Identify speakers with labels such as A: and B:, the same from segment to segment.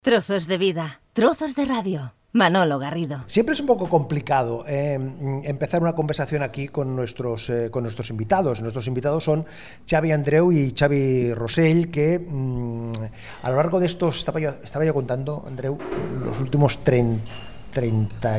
A: Trozos de vida, trozos de radio. Manolo Garrido.
B: Siempre es un poco complicado empezar una conversación aquí con nuestros invitados. Nuestros invitados son Xavi Andreu y Xavi Rosell, que a lo largo de estos, estaba yo contando, Andreu, los últimos 30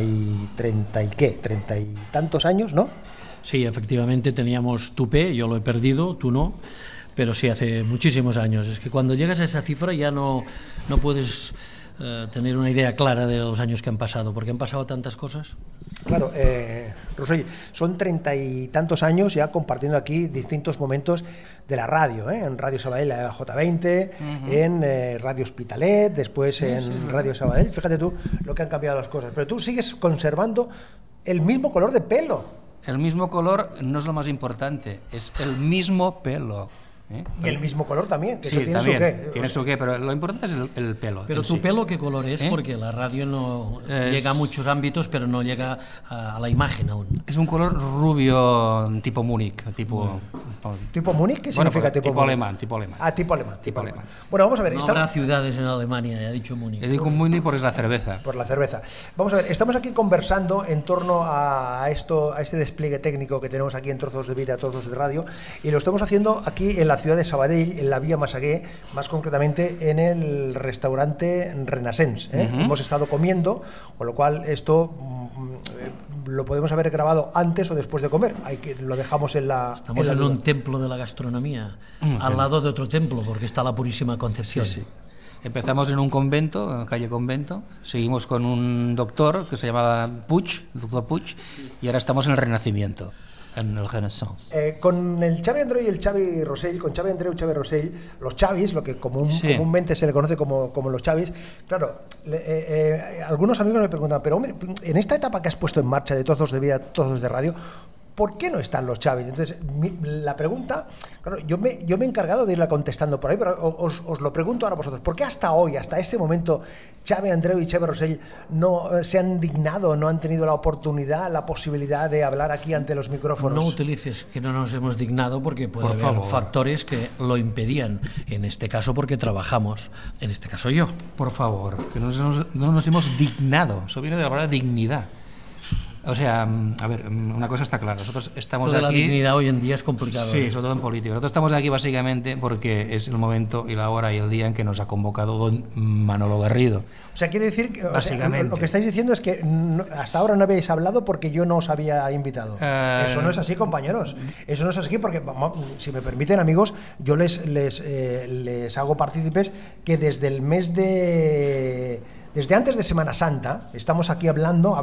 B: y tantos años, ¿no?
C: Sí, efectivamente teníamos tupé, yo lo he perdido, tú no, pero sí hace muchísimos años. Es que cuando llegas a esa cifra ya no puedes tener una idea clara de los años que han pasado, porque han pasado tantas cosas.
B: Claro, Rosell, son 30 y tantos años ya compartiendo aquí distintos momentos de la radio, en Radio Sabadell, la J20, en Radio Hospitalet, después en Radio Sabadell. Fíjate tú lo que han cambiado las cosas, pero tú sigues conservando el mismo color de pelo.
D: El mismo color no es lo más importante, es el mismo pelo.
B: Y el mismo color también, que
D: sí,
B: eso tiene
D: también,
B: su qué.
D: tiene su qué, pero lo importante es el pelo.
C: Pero tu pelo, ¿qué color es? Porque la radio no llega a muchos ámbitos, pero no llega a la imagen aún.
D: Es un color rubio tipo Múnich. ¿Tipo
B: Múnich? ¿Qué significa tipo Múnich?
D: Alemán, tipo alemán.
B: Ah, tipo alemán. Bueno, vamos a ver.
C: No habrá ciudades en Alemania, ya he dicho Múnich.
D: He dicho Múnich porque es la cerveza.
B: Por la cerveza. Vamos a ver, estamos aquí conversando en torno a este despliegue técnico que tenemos aquí en Trozos de Vida, Trozos de Radio, y lo estamos haciendo aquí en la ciudad de Sabadell, en la Vía Massaguer, más concretamente en el restaurante Renaissance. Hemos estado comiendo, con lo cual esto lo podemos haber grabado antes o después de comer. Lo dejamos en la...
C: Estamos en un templo de la gastronomía, al lado de otro templo, porque está la Purísima Concepción.
D: Sí. Empezamos en un convento, calle Convento, seguimos con un doctor que se llamaba Puig, el doctor Puig, y ahora estamos en el Renacimiento. En el Renaissance.
B: Con el Xavi Andreu y el Xavi Rosell, con Xavi Andreu y Xavi Rosell, los Xavis, lo que comúnmente se le conoce como los Xavis, claro, algunos amigos me preguntan, pero hombre, en esta etapa que has puesto en marcha de Trozos de Vida, Trozos de Radio, ¿por qué no están los Xavis? Entonces, la pregunta, claro, yo me he encargado de irla contestando por ahí, pero os lo pregunto ahora a vosotros. ¿Por qué hasta hoy, hasta ese momento, Xavi Andreu y Xavi Rosell no se han dignado, no han tenido la oportunidad, la posibilidad de hablar aquí ante los micrófonos?
C: No utilices que no nos hemos dignado, porque puede haber factores que lo impedían. En este caso, porque trabajamos. En este caso, yo.
D: Por favor, que no nos hemos dignado. Eso viene de la palabra dignidad. O sea, a ver, una cosa está clara. Nosotros estamos
C: Esto de
D: aquí...
C: la dignidad hoy en día es complicado.
D: Sí, sobre todo en política. Nosotros estamos aquí básicamente porque es el momento y la hora y el día en que nos ha convocado don Manolo Garrido.
B: O sea, quiere decir que
D: básicamente,
B: lo que estáis diciendo es que hasta ahora no habéis hablado porque yo no os había invitado. Eso no es así, compañeros. Eso no es así porque, si me permiten, amigos, yo les hago partícipes que desde el mes desde antes de Semana Santa estamos aquí hablando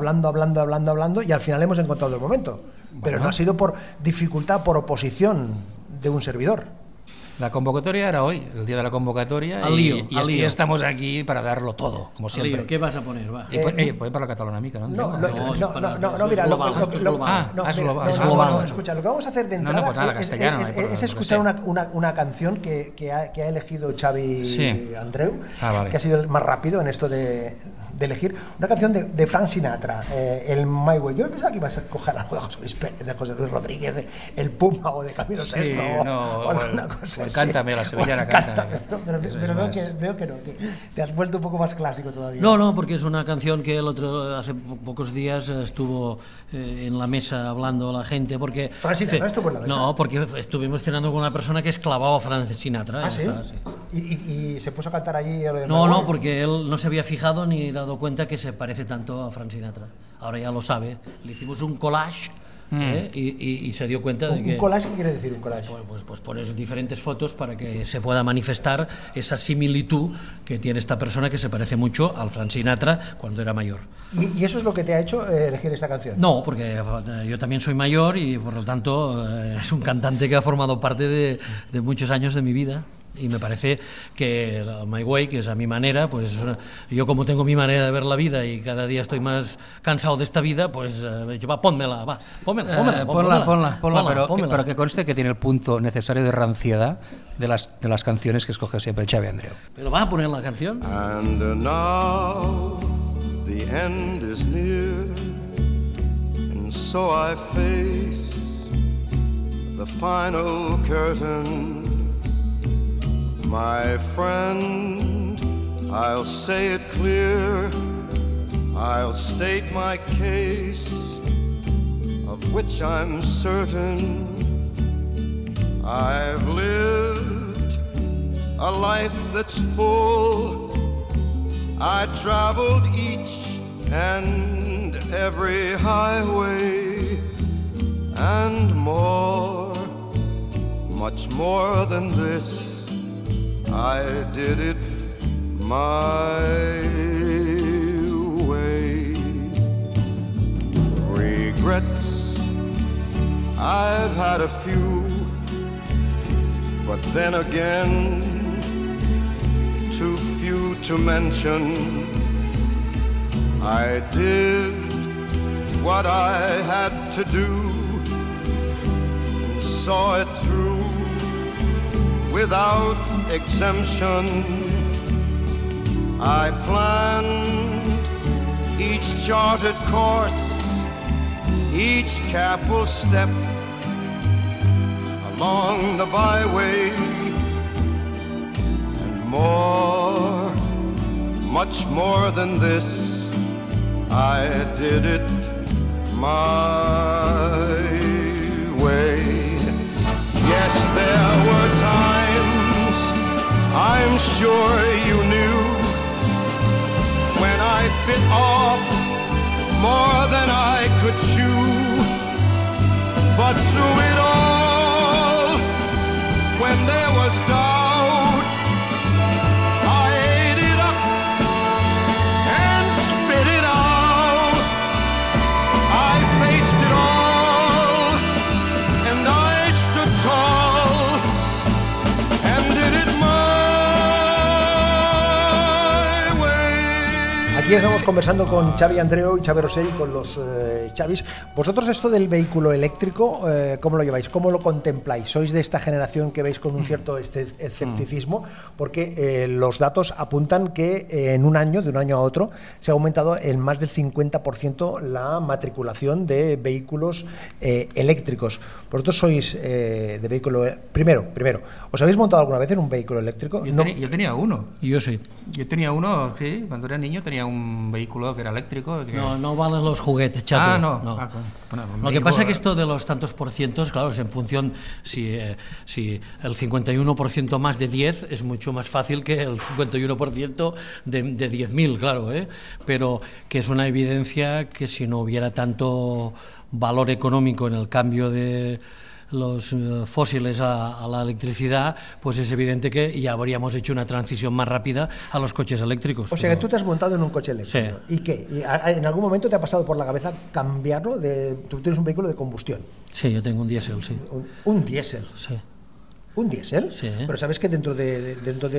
B: y al final hemos encontrado el momento. Pero no ha sido por dificultad, por oposición de un servidor.
D: La convocatoria era hoy, el día de la convocatoria, y estamos aquí para darlo todo, como siempre.
C: ¿Qué vas a poner? Va.
D: Puede para la catalana mica, ¿no?
B: No, mira, escucha, lo que vamos a hacer de entrada es escuchar una canción que ha elegido Xavi Andreu, que ha sido el más rápido en esto de elegir una canción de Frank Sinatra, el My Way. Yo pensaba que iba a ser coger algo de José Luis Rodríguez, el Puma o de Camilo VI o alguna cosa así.
D: Cántame, la sevillana, cántame.
B: Pero veo que no, que te has vuelto un poco más clásico todavía.
C: No, porque es una canción que hace pocos días estuvo en la mesa hablando la gente, porque...
B: ¿Frank Sinatra estuvo en la mesa?
C: No, porque estuvimos cenando con una persona que es clavado a Frank Sinatra.
B: ¿Ah, sí? ¿Y se puso a cantar allí?
C: No, porque él no se había fijado ni dado cuenta que se parece tanto a Frank Sinatra. Ahora ya lo sabe. Le hicimos un collage y se dio cuenta de que...
B: ¿Un collage qué quiere decir un collage?
C: Pues pones diferentes fotos para que se pueda manifestar esa similitud que tiene esta persona, que se parece mucho al Frank Sinatra cuando era mayor.
B: ¿Y eso es lo que te ha hecho elegir esta canción?
C: No, porque yo también soy mayor y por lo tanto es un cantante que ha formado parte de muchos años de mi vida. Y me parece que My Way, que es a mi manera, pues yo como tengo mi manera de ver la vida y cada día estoy más cansado de esta vida, pues pónmela,
D: pero que conste que tiene el punto necesario de ranciedad de las canciones que escoge siempre Xavi Andreu.
C: ¿Pero va a poner la canción?
E: And now the end is near, and so I face the final curtain. My friend, I'll say it clear, I'll state my case, of which I'm certain. I've lived a life that's full. I traveled each and every highway and more, much more than this. I did it my way. Regrets, I've had a few, but then again, too few to mention. I did what I had to do, and saw it through without exemption. I planned each charted course, each careful step along the byway, and more, much more than this, I did it my way. Yes, there were times, I'm sure you knew, when I bit off more than I could chew. But through it all, when there was doubt, I ate it up and spit it out. I faced it all, and I stood tall, and did it my way.
B: Aquí estamos conversando con Xavi Andreu y Xavi Rossell, con los Xavis. Vosotros esto del vehículo eléctrico, ¿cómo lo lleváis? ¿Cómo lo contempláis? ¿Sois de esta generación que veis con un cierto escepticismo? Porque los datos apuntan que en un año, de un año a otro, se ha aumentado en más del 50% la matriculación de vehículos eléctricos. ¿Vosotros sois de vehículo? Primero, ¿os habéis montado alguna vez en un vehículo eléctrico?
D: Yo tenía uno.
C: Yo sí.
D: Yo tenía uno, sí, cuando era niño tenía un vehículo que era eléctrico. Que...
C: No valen los juguetes, chato.
D: No.
C: Bueno, lo que pasa es que esto de los tantos por cientos, claro, es en función, si el 51% más de 10 es mucho más fácil que el 51% de 10.000, claro, pero que es una evidencia que si no hubiera tanto valor económico en el cambio de los fósiles a la electricidad, pues es evidente que ya habríamos hecho una transición más rápida a los coches eléctricos.
B: O sea, que tú te has montado en un coche eléctrico.
C: Sí.
B: ¿Y qué? ¿En algún momento te ha pasado por la cabeza cambiarlo? Tú tienes un vehículo de combustión.
C: Sí, yo tengo un diésel, sí.
B: ¿Un diésel?
C: Sí.
B: ¿Un diésel?
C: Sí.
B: Pero sabes que dentro de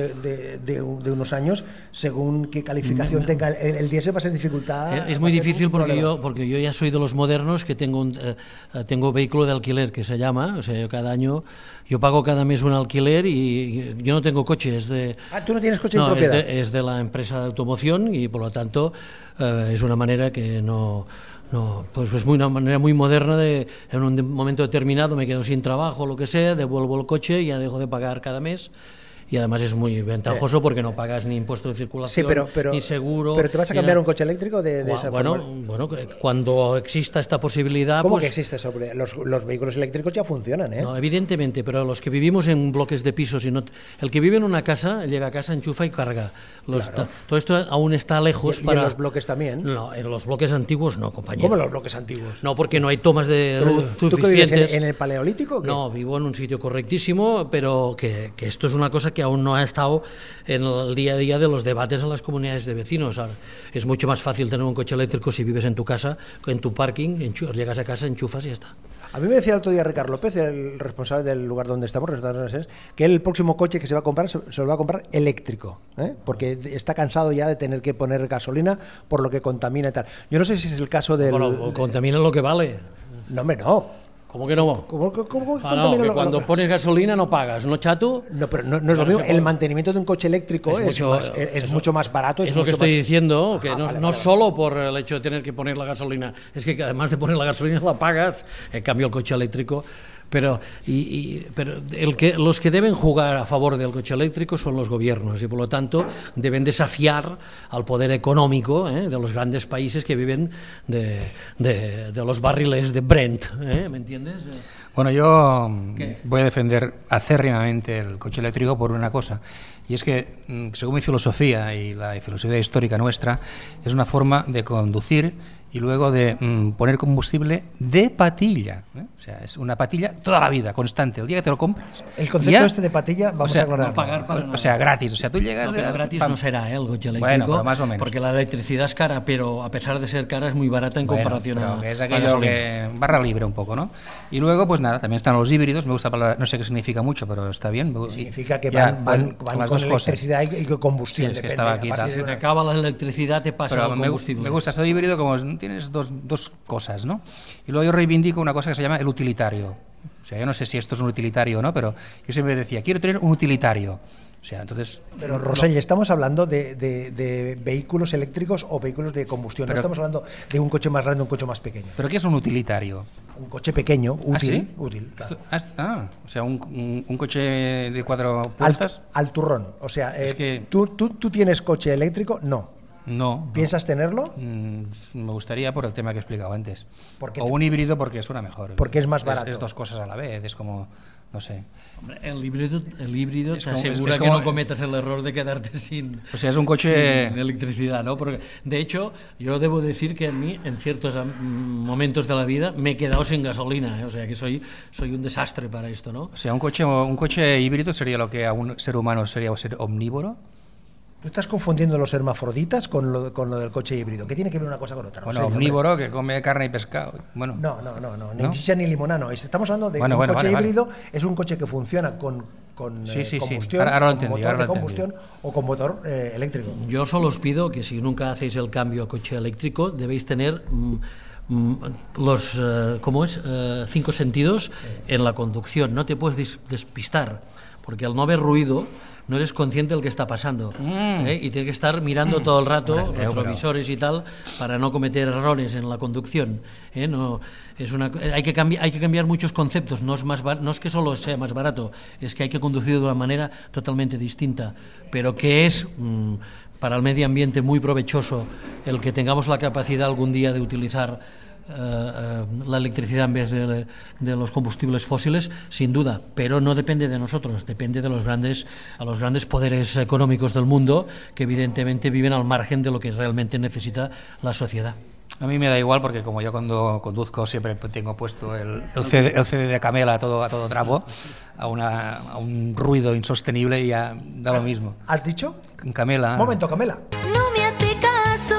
B: unos años, según qué calificación tenga el diésel, va a ser dificultad.
C: Es muy difícil porque yo ya soy de los modernos, que tengo vehículo de alquiler, que se llama. O sea, yo cada año, yo pago cada mes un alquiler y yo no tengo coche.
B: ¿Tú no tienes coche en propiedad?
C: Es de la empresa de automoción y por lo tanto es una manera que no, pues es una manera muy moderna de, en un momento determinado me quedo sin trabajo o lo que sea, devuelvo el coche y ya dejo de pagar cada mes. Y además es muy ventajoso porque no pagas ni impuesto de circulación, ni seguro.
B: ¿Pero te vas a cambiar un coche eléctrico de esa forma?
C: Bueno, cuando exista esta posibilidad...
B: ¿Cómo
C: pues,
B: que existe eso? Los vehículos eléctricos ya funcionan, ¿eh?
C: No, evidentemente, pero los que vivimos en bloques de pisos, el que vive en una casa, llega a casa, enchufa y carga.
B: Claro.
C: Todo esto aún está lejos
B: ¿Y en los bloques también?
C: No, en los bloques antiguos no, compañero.
B: ¿Cómo en los bloques antiguos?
C: No, porque no hay tomas de luz suficientes.
B: ¿Tú que vives en el Paleolítico o qué?
C: No, vivo en un sitio correctísimo, pero que esto es una cosa que aún no ha estado en el día a día de los debates en las comunidades de vecinos. Es mucho más fácil tener un coche eléctrico si vives en tu casa, en tu parking, llegas a casa, enchufas y ya está.
B: A mí me decía el otro día Ricardo López, el responsable del lugar donde estamos, que el próximo coche que se va a comprar se lo va a comprar eléctrico, porque está cansado ya de tener que poner gasolina por lo que contamina y tal. Yo no sé si es el caso del...
C: Bueno, contamina lo que vale.
B: No, hombre, no.
C: ¿Cómo que no?
B: ¿Cómo
C: que cuando pones gasolina no pagas, ¿no, chato?
B: No, pero no es lo mismo. El mantenimiento de un coche eléctrico es mucho más barato.
C: Es lo que estoy diciendo, que no solo por el hecho de tener que poner la gasolina, es que además de poner la gasolina la pagas. En cambio, el coche eléctrico pero los que deben jugar a favor del coche eléctrico son los gobiernos y por lo tanto deben desafiar al poder económico de los grandes países que viven de los barriles de Brent, ¿me entiendes?
D: Bueno, yo voy a defender acérrimamente el coche eléctrico por una cosa, y es que, según mi filosofía y la filosofía histórica nuestra, es una forma de conducir y luego de poner combustible de patilla, ¿eh? O sea, es una patilla toda la vida, constante, el día que te lo compras.
B: El concepto de patilla, vamos a aclarar.
C: No pagar para
D: o sea, gratis, o sea, tú llegas...
C: No, pero gratis no será el coche eléctrico,
D: bueno, pero más o menos.
C: Porque la electricidad es cara, pero a pesar de ser cara es muy barata en comparación
D: pero
C: a...
D: que es aquello que barra libre un poco, ¿no? Y luego, pues nada, también están los híbridos, me gusta la palabra, no sé qué significa mucho, pero está bien.
B: Significa que van con electricidad y con combustión.
D: Sí, es que estaba aquí.
C: Si te acaba la electricidad, te pasa el combustible.
D: Me gusta este híbrido como tienes dos cosas, ¿no? Y luego yo reivindico una cosa que se llama el utilitario. O sea, yo no sé si esto es un utilitario o no, pero yo siempre decía, quiero tener un utilitario. O sea, entonces...
B: Pero, Rosell, estamos hablando de vehículos eléctricos o vehículos de combustión. No estamos hablando de un coche más grande o un coche más pequeño.
D: ¿Pero qué es un utilitario?
B: Un coche pequeño, útil.
D: ¿Ah, sí?
B: Útil, claro.
D: O sea, un coche de 4 puertas.
B: Al turrón. O sea,
D: es que...
B: ¿tú tienes coche eléctrico? No. ¿Piensas tenerlo?
D: Me gustaría por el tema que he explicado antes.
B: O
D: un híbrido porque suena mejor.
B: Porque es más barato.
D: Es dos cosas a la vez, es como... No sé.
C: Hombre, el híbrido te asegura que no cometas el error de quedarte sin...
D: O sea, es un coche...
C: sin electricidad, ¿no? Porque, de hecho, yo debo decir que a mí, en ciertos momentos de la vida, me he quedado sin gasolina, ¿eh? O sea, que soy un desastre para esto, ¿no?
D: O sea, un coche híbrido sería lo que a un ser humano sería ser omnívoro.
B: Tú estás confundiendo los hermafroditas con lo del coche híbrido. ¿Qué tiene que ver una cosa con otra?
D: Bueno, omnívoro, que come carne y pescado. Bueno,
B: no. Ni chicha ni limonada, no. Estamos hablando de un coche híbrido. Vale. Es un coche que funciona con combustión,
D: ahora lo entendí,
B: motor de combustión o con motor eléctrico.
C: Yo solo os pido que si nunca hacéis el cambio a coche eléctrico, debéis tener... los 5 sentidos en la conducción. No te puedes despistar, porque al no haber ruido no eres consciente del que está pasando, y tienes que estar mirando todo el rato retrovisores y tal para no cometer errores en la conducción, hay que cambiar muchos conceptos. No es que solo sea más barato, es que hay que conducir de una manera totalmente distinta, pero que es para el medio ambiente muy provechoso el que tengamos la capacidad algún día de utilizar la electricidad en vez de los combustibles fósiles, sin duda, pero no depende de nosotros, depende de los grandes poderes económicos del mundo, que evidentemente viven al margen de lo que realmente necesita la sociedad.
D: A mí me da igual, porque como yo cuando conduzco siempre tengo puesto el CD de Camela a todo trapo, a un ruido insostenible, y ya da lo mismo.
B: ¿Has dicho?
D: Camela.
B: Un momento, Camela.
F: No me hace caso.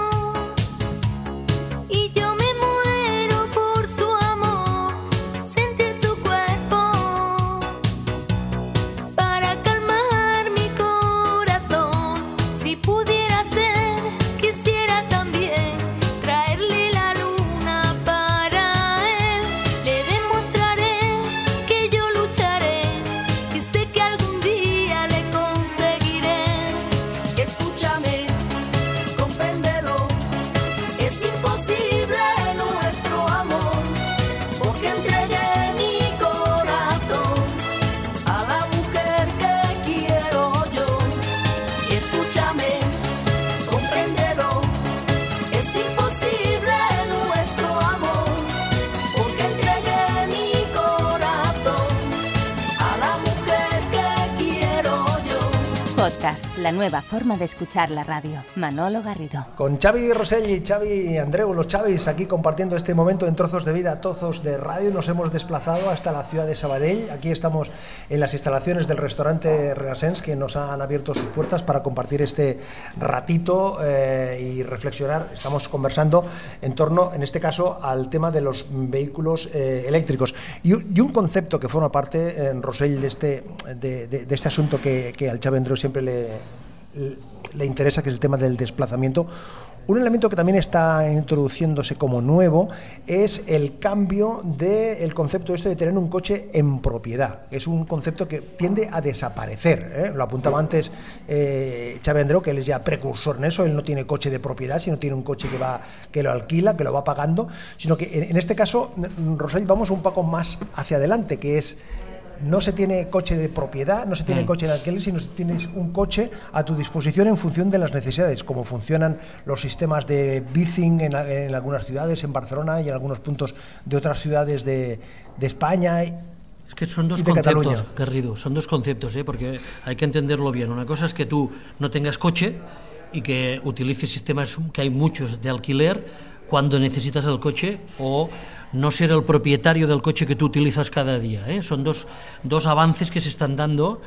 A: La nueva forma de escuchar la radio. Manolo Garrido.
B: Con Xavi Rosell y Xavi Andreu, los Xavis, aquí compartiendo este momento en Trozos de Vida, Trozos de Radio. Nos hemos desplazado hasta la ciudad de Sabadell. Aquí estamos en las instalaciones del restaurante Renaissance, que nos han abierto sus puertas para compartir este ratito y reflexionar. Estamos conversando en torno, en este caso, al tema de los vehículos eléctricos. Y un concepto que forma parte, Rosell, de este asunto que al Xavi Andreu siempre le interesa, que es el tema del desplazamiento. Un elemento que también está introduciéndose como nuevo es el cambio del concepto de tener un coche en propiedad. Es un concepto que tiende a desaparecer, ¿eh? Lo apuntaba antes Xabi Andreu, que él es ya precursor en eso. Él no tiene coche de propiedad, sino tiene un coche que lo alquila, que lo va pagando, sino que en este caso, Rosell, vamos un poco más hacia adelante, que es: no se tiene coche de propiedad, no se tiene coche en alquiler, sino que tienes un coche a tu disposición en función de las necesidades, como funcionan los sistemas de bicing en algunas ciudades, en Barcelona y en algunos puntos de otras ciudades de España.
C: Es que son dos conceptos, Garrido, son dos conceptos, porque hay que entenderlo bien. Una cosa es que tú no tengas coche y que utilices sistemas, que hay muchos, de alquiler cuando necesitas el coche, o no ser el propietario del coche que tú utilizas cada día, ¿eh? Son dos avances que se están dando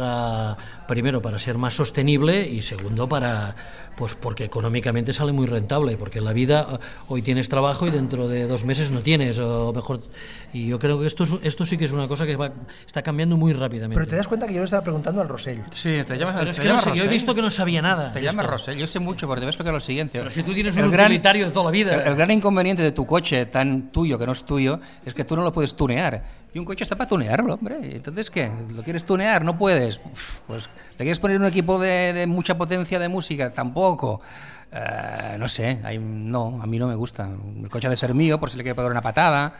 C: primero para ser más sostenible, y segundo pues porque económicamente sale muy rentable, porque en la vida hoy tienes trabajo y dentro de 2 meses no tienes, o mejor. Y yo creo que esto sí que es una cosa que está cambiando muy rápidamente.
B: Pero te das cuenta que yo le estaba preguntando al Rosell.
D: Sí, te llamas.
C: Pero es que no sé, yo he visto que no sabía nada.
D: Te llamas Rosell, yo sé mucho, porque te voy a explicar lo siguiente.
C: Pero si tú tienes un utilitario de toda la vida.
D: El gran inconveniente de tu coche, tan tuyo que no es tuyo, es que tú no lo puedes tunear. Y un coche está para tunearlo, hombre. Entonces, ¿qué? ¿Lo quieres tunear? No puedes. Pues, ¿le quieres poner un equipo de mucha potencia de música? Tampoco. No sé, a mí no me gusta. El coche ha de ser mío, por si le quiero pegar una patada.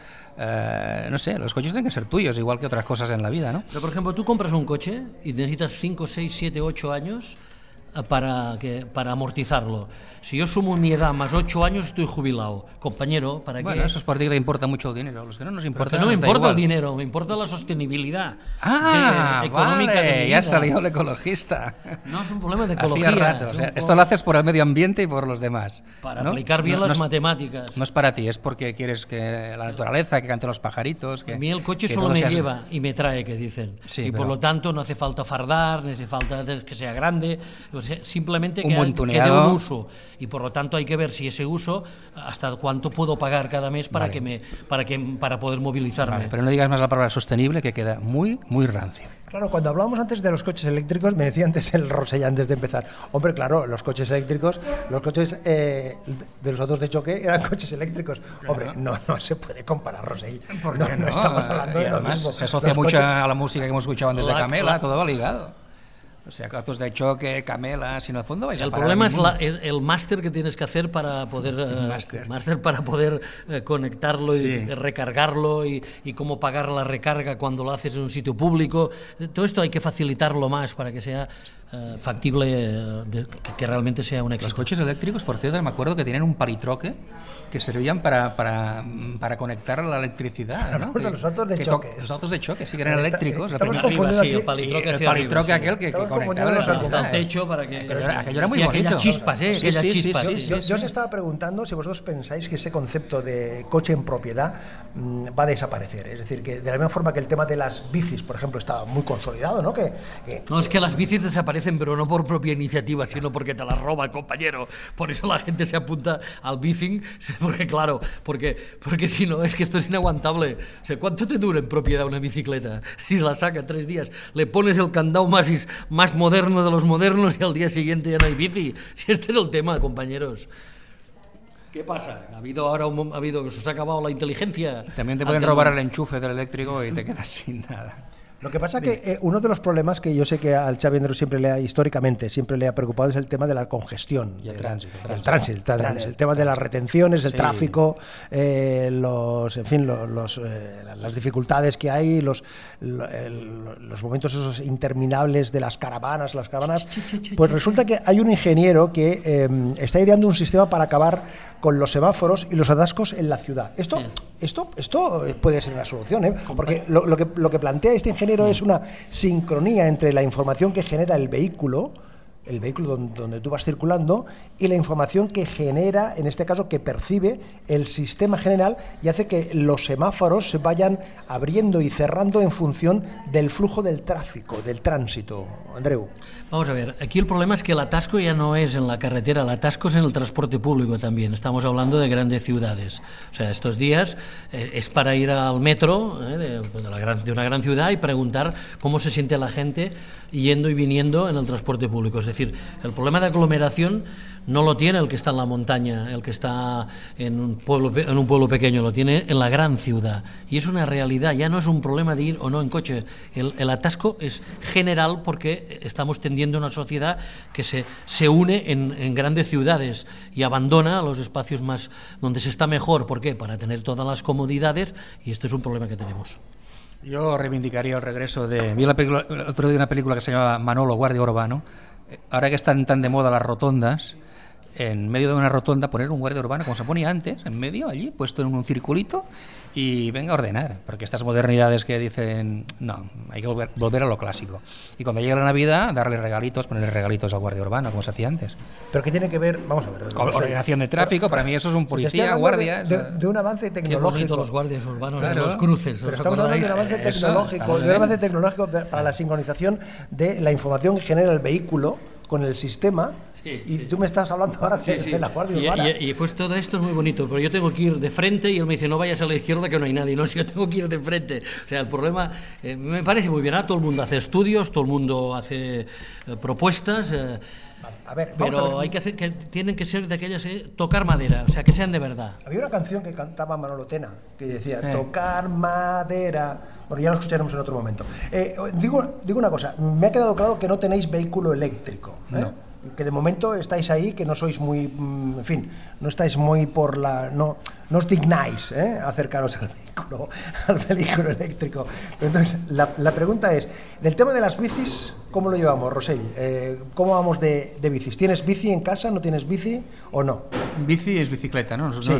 D: No sé, los coches tienen que ser tuyos, igual que otras cosas en la vida, ¿no?
C: Pero, por ejemplo, tú compras un coche y necesitas 5, 6, 7, 8 años para amortizarlo. Si yo sumo mi edad más 8 años, estoy jubilado. Compañero, ¿para qué?
D: Bueno, eso es por ti que te importa mucho el dinero. Los que no nos importa.
C: Pero no me importa el dinero, me importa la sostenibilidad.
D: Económica. Vale, ya ha salido el ecologista.
C: No es un problema de ecología.
D: Hacía rato. O sea, esto lo haces por el medio ambiente y por los demás.
C: Para aplicar bien las matemáticas.
D: No es para ti, es porque quieres que la naturaleza, que canten los pajaritos.
C: A mí el coche solo me lleva y me trae, que dicen. Sí, y por lo tanto no hace falta fardar, no hace falta que sea grande. Simplemente que dé un uso, y por lo tanto hay que ver si ese uso, hasta cuánto puedo pagar cada mes para poder movilizarme.
D: Vale, pero no digas más la palabra sostenible, que queda muy, muy rancio.
B: Claro, cuando hablábamos antes de los coches eléctricos, me decía antes el Rosell, antes de empezar, hombre, claro, los coches eléctricos, los coches de los autos de choque eran coches eléctricos. Claro. Hombre, no se puede comparar, Rosell. No estamos hablando de lo mismo.
D: Se asocia mucho a la música que hemos escuchado antes de Camela, todo va ligado. O sea, autos de choque, Camela, si no, al fondo vais a parar.
C: El problema es el máster que tienes que hacer para poder conectarlo y recargarlo, y cómo pagar la recarga cuando lo haces en un sitio público. Todo esto hay que facilitarlo más para que sea factible, que realmente sea un éxito.
D: Los coches eléctricos, por cierto, me acuerdo que tienen un palitroque que servían para conectar la electricidad, ¿no?
B: Los autos de choque.
D: Los autos de choque, sí que eran eléctricos.
B: Estamos confundiendo aquí.
C: El
D: palitroque aquel que conectaba
C: hasta el techo para que...
D: Aquello era muy bonito.
C: Aquellas chispas,
B: Yo os estaba preguntando si vosotros pensáis que ese concepto de coche en propiedad va a desaparecer. Es decir, que de la misma forma que el tema de las bicis, por ejemplo, está muy consolidado, ¿no?
C: No, es que las bicis desaparecen, pero no por propia iniciativa, sino porque te las roba el compañero. Por eso la gente se apunta al bicing, porque si no, es que esto es inaguantable. O sea, ¿cuánto te dura en propiedad una bicicleta? Si la saca 3 días, le pones el candado más moderno de los modernos y al día siguiente ya no hay bici. Si este es el tema, compañeros. ¿Qué pasa? ¿Ha habido que se os ha acabado la inteligencia?
D: También te pueden robar el enchufe del eléctrico y te quedas sin nada.
B: Lo que pasa es que uno de los problemas que yo sé que al Xabi Andreu históricamente siempre le ha preocupado es el tema de la congestión.
D: Y el tránsito.
B: El tema de las retenciones, el tráfico, las dificultades que hay, los momentos esos interminables de las caravanas. Pues resulta que hay un ingeniero que está ideando un sistema para acabar con los semáforos y los atascos en la ciudad. Esto puede ser una solución, ¿eh? Porque lo que plantea este ingeniero es una sincronía entre la información que genera el vehículo donde tú vas circulando, y la información que genera, en este caso, que percibe el sistema general, y hace que los semáforos se vayan abriendo y cerrando en función del flujo del tráfico, del tránsito. Andreu.
C: Vamos a ver, aquí el problema es que el atasco ya no es en la carretera, el atasco es en el transporte público también. Estamos hablando de grandes ciudades. O sea, estos días es para ir al metro de una gran ciudad y preguntar cómo se siente la gente yendo y viniendo en el transporte público. Es decir, el problema de aglomeración no lo tiene el que está en la montaña, el que está en un pueblo pequeño, lo tiene en la gran ciudad. Y es una realidad, ya no es un problema de ir o no en coche. El atasco es general porque estamos tendiendo a una sociedad que se une en grandes ciudades y abandona los espacios más donde se está mejor. ¿Por qué? Para tener todas las comodidades, y este es un problema que tenemos.
D: Yo reivindicaría el regreso de... Vi el otro día una película que se llamaba Manolo, guardia urbano. Ahora que están tan de moda las rotondas, en medio de una rotonda poner un guardia urbano como se ponía antes, en medio, allí, puesto en un circulito, y venga a ordenar, porque estas modernidades que dicen, no, hay que volver a lo clásico. Y cuando llegue la Navidad, darle regalitos, ponerle regalitos al guardia urbano, como se hacía antes.
B: Pero ¿qué tiene que ver? Vamos a ver.
D: Ordenación de tráfico, para mí eso es un policía, guardia...
B: De un avance tecnológico.
C: Qué bonito los guardias urbanos,
D: claro,
C: los cruces.
B: Pero estamos hablando de un avance tecnológico, para la sincronización de la información que genera el vehículo con el sistema. Y tú me estás hablando ahora de la Guardia Urbana.
C: Y pues todo esto es muy bonito, pero yo tengo que ir de frente y él me dice, no vayas a la izquierda que no hay nadie. No, si yo tengo que ir de frente. O sea, el problema me parece muy bien. Todo el mundo hace estudios, todo el mundo hace propuestas.
B: A ver,
C: pero hay que hacer que tienen que ser de aquellas tocar madera, o sea, que sean de verdad.
B: Había una canción que cantaba Manolo Tena que decía tocar madera. Bueno, ya lo escucharemos en otro momento. Digo una cosa, me ha quedado claro que no tenéis vehículo eléctrico. No. Que de momento estáis ahí, que no sois muy, en fin, no estáis muy por la, no os dignáis acercaros al vehículo eléctrico. Entonces, la pregunta es, del tema de las bicis, ¿cómo lo llevamos, Rosell? ¿Cómo vamos de bicis? ¿Tienes bici en casa? ¿No tienes bici o no?
D: Bici es bicicleta, ¿no? No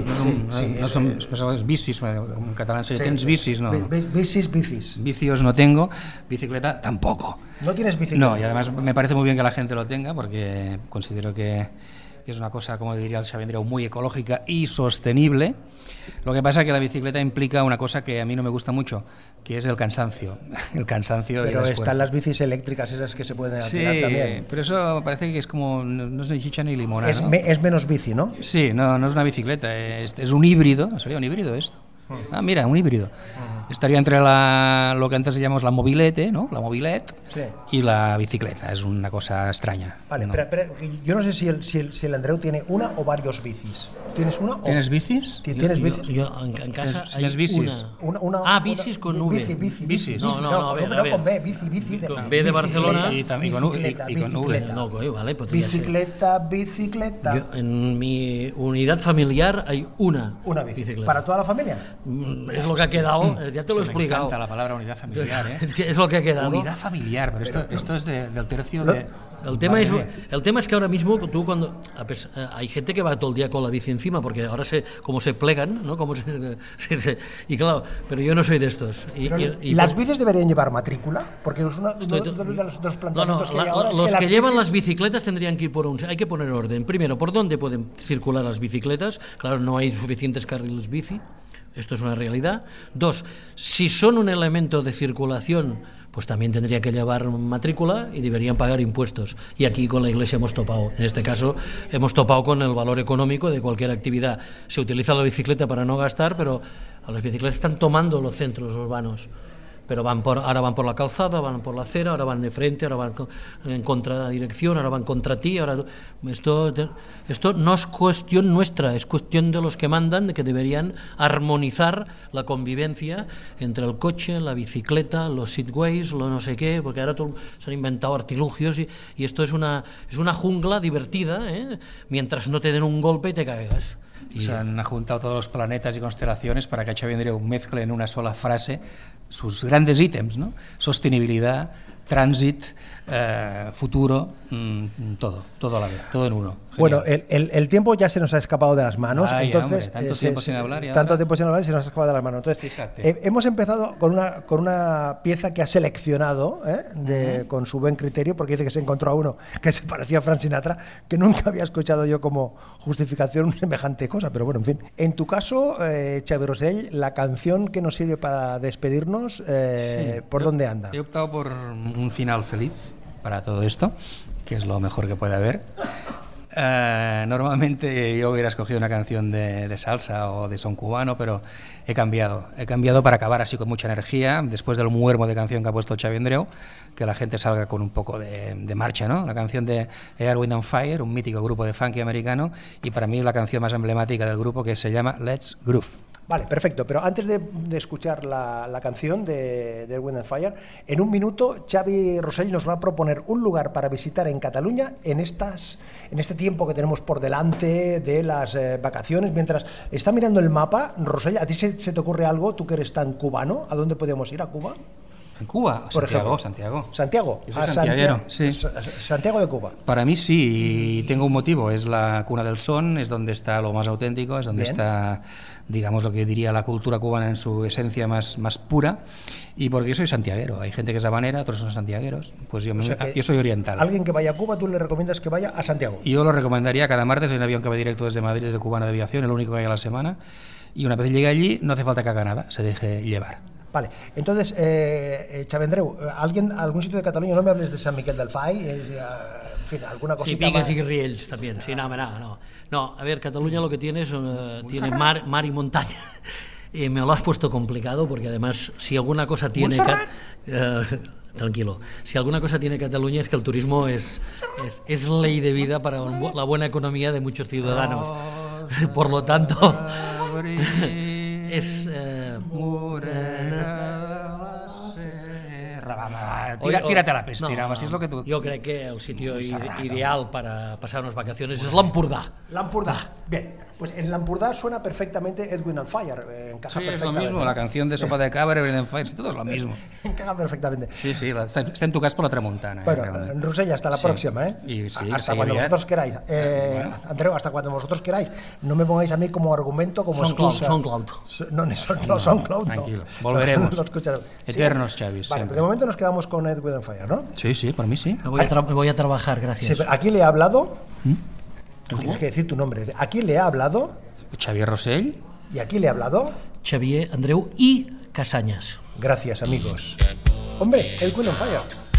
D: son bicis, en catalán se tienes bicis, ¿no?
B: Bicis.
D: Vicios no tengo, bicicleta tampoco.
B: ¿No tienes bicicleta?
D: No, y además me parece muy bien que la gente lo tenga, porque considero que es una cosa, como diría el Xavi Andreu, muy ecológica y sostenible. Lo que pasa es que la bicicleta implica una cosa que a mí no me gusta mucho, que es el cansancio.
B: Pero están las bicis eléctricas, esas que se pueden alquilar también.
D: Pero eso parece que es como, no es ni chicha ni limona,
B: es,
D: ¿no?
B: Es menos bici, ¿no?
D: Sí, no es una bicicleta, es un híbrido. ¿Sería un híbrido esto? Ah, mira, un híbrido. Estaría entre lo que antes llamamos la mobilete, ¿no? La mobilette, y la bicicleta. Es una cosa extraña.
B: Vale, ¿no? Pero yo no sé si el Andreu tiene una o varios bicis. ¿Tienes una?
D: ¿Tienes bicis?
B: ¿Tienes bicis?
C: Yo en casa hay
D: bicis.
C: Una. Bicis con V.
B: Bicis.
C: No, a ver.
B: Con B, bici.
C: Con B de Barcelona.
D: Y con V.
C: No, vale, pues
B: bicicleta.
C: Yo, en mi unidad familiar hay una
B: bicicleta. ¿Para toda la familia?
C: Es lo que ha quedado, ya te lo he explicado.
D: Me encanta la palabra unidad familiar, ¿eh?
C: Es que es lo que ha quedado.
D: Unidad familiar, pero esto es del tercio de...
C: El tema es que ahora mismo tú hay gente que va todo el día con la bici encima porque ahora como se plegan, ¿no? Y claro, pero yo no soy de estos.
B: ¿Y las bicis deberían llevar matrícula? Porque es uno de los planteamientos que hay ahora.
C: Los que llevan las bicicletas tendrían que ir hay que poner orden. Primero, ¿por dónde pueden circular las bicicletas? Claro, no hay suficientes carriles bici. Esto es una realidad. 2, si son un elemento de circulación, pues también tendría que llevar matrícula y deberían pagar impuestos. Y aquí con la Iglesia hemos topado. En este caso hemos topado con el valor económico de cualquier actividad. Se utiliza la bicicleta para no gastar, pero a las bicicletas están tomando los centros urbanos. Pero ahora van por la calzada, van por la acera, ahora van de frente, ahora van en contradirección, ahora van contra ti. Esto no es cuestión nuestra, es cuestión de los que mandan, de que deberían armonizar la convivencia entre el coche, la bicicleta, los seatways, lo no sé qué, porque ahora se han inventado artilugios y esto es una jungla divertida, mientras no te den un golpe y te caigas.
D: Se han juntado todos los planetas y constelaciones para que Xavi Andreu mezcle en una sola frase sus grandes ítems, ¿no? Sostenibilidad, tránsito, futuro, todo a la vez, todo en uno. Genial.
B: Bueno, el tiempo ya se nos ha escapado de las manos.
D: Vaya,
B: entonces,
D: hombre, tanto tiempo sin hablar.
B: Tanto tiempo sin hablar y se nos ha escapado de las manos. Entonces, fíjate. Hemos empezado con una pieza que ha seleccionado con su buen criterio, porque dice que se encontró a uno que se parecía a Frank Sinatra, que nunca había escuchado yo como justificación semejante cosa, pero bueno, en fin. En tu caso, Xavi Rosell, la canción que nos sirve para despedirnos, ¿por dónde anda?
D: He optado por un final feliz para todo esto, que es lo mejor que puede haber. Normalmente yo hubiera escogido una canción de salsa o de son cubano, pero he cambiado para acabar así con mucha energía, después del muermo de canción que ha puesto Xavi Andreu, que la gente salga con un poco de marcha, ¿no? La canción de Earth, Wind and Fire, un mítico grupo de funky americano, y para mí la canción más emblemática del grupo, que se llama Let's Groove.
B: Vale, perfecto, pero antes de escuchar la canción de Wind and Fire, en un minuto Xavi Rosell nos va a proponer un lugar para visitar en Cataluña en este tiempo que tenemos por delante de las vacaciones. Mientras está mirando el mapa, Rosell, ¿a ti se te ocurre algo, tú que eres tan cubano? ¿A dónde podemos ir? ¿A Cuba?
D: ¿En Cuba?
B: Por ejemplo.
D: Santiago.
B: ¿Santiago?
D: Yo soy santiaguero, sí.
B: Santiago de Cuba.
D: Para mí sí, y tengo un motivo, es la cuna del son, es donde está lo más auténtico, es donde está, digamos, lo que yo diría la cultura cubana en su esencia más pura, y porque yo soy santiaguero, hay gente que es habanera, otros son santiagueros, pues yo soy oriental.
B: Alguien que vaya a Cuba, ¿tú le recomiendas que vaya a Santiago?
D: Yo lo recomendaría, cada martes hay un avión que va directo desde Madrid, de Cubana de Aviación, el único que hay a la semana, y una vez llegue allí no hace falta que haga nada, se deje llevar.
B: Vale, entonces, Xavi Andreu, algún sitio de Cataluña, no me hables de San Miquel del Fai, en fin, alguna cosita.
C: Sí, Piques y Riells también, sí, no, a ver, Cataluña lo que tiene es tiene mar y montaña. Me lo has puesto complicado porque además, si alguna cosa tiene... tranquilo, si alguna cosa tiene Cataluña es que el turismo es ley de vida para la buena economía de muchos ciudadanos. Por lo tanto... es
D: tírate a la piscina, si es lo que tú...
C: Jo crec que el sitio ideal para pasar unas vacaciones es l'Empordà.
B: L'Empordà, bien. Pues en l'Empordà suena perfectamente Edwin and Fire, encaja
D: sí,
B: perfectamente.
D: Es lo mismo, la canción de Sopa de Cabra, Edwin and Fire, todo es lo mismo.
B: Encaja perfectamente.
D: Sí, está en tu casa por la Tramuntana.
B: Bueno, Rosell, hasta la próxima, ¿eh?
D: Y sí,
B: hasta cuando vosotros queráis. Andreu, hasta cuando vosotros queráis. No me pongáis a mí como argumento, como excusa.
C: SoundCloud.
B: No, SoundCloud no.
D: Tranquilo, volveremos. Eternos,
B: sí.
D: Xavi.
B: Vale, de momento nos quedamos con Edwin and Fire, ¿no?
D: Sí, por mí sí.
C: Me voy a trabajar, gracias.
B: Sí, aquí le he hablado... Tú tienes que decir tu nombre. Aquí le ha hablado...
D: Xavier Rosell.
B: Y aquí le ha hablado...
C: Xavier Andreu y Casañas.
B: Gracias, amigos. Hombre, Edwin and Fire.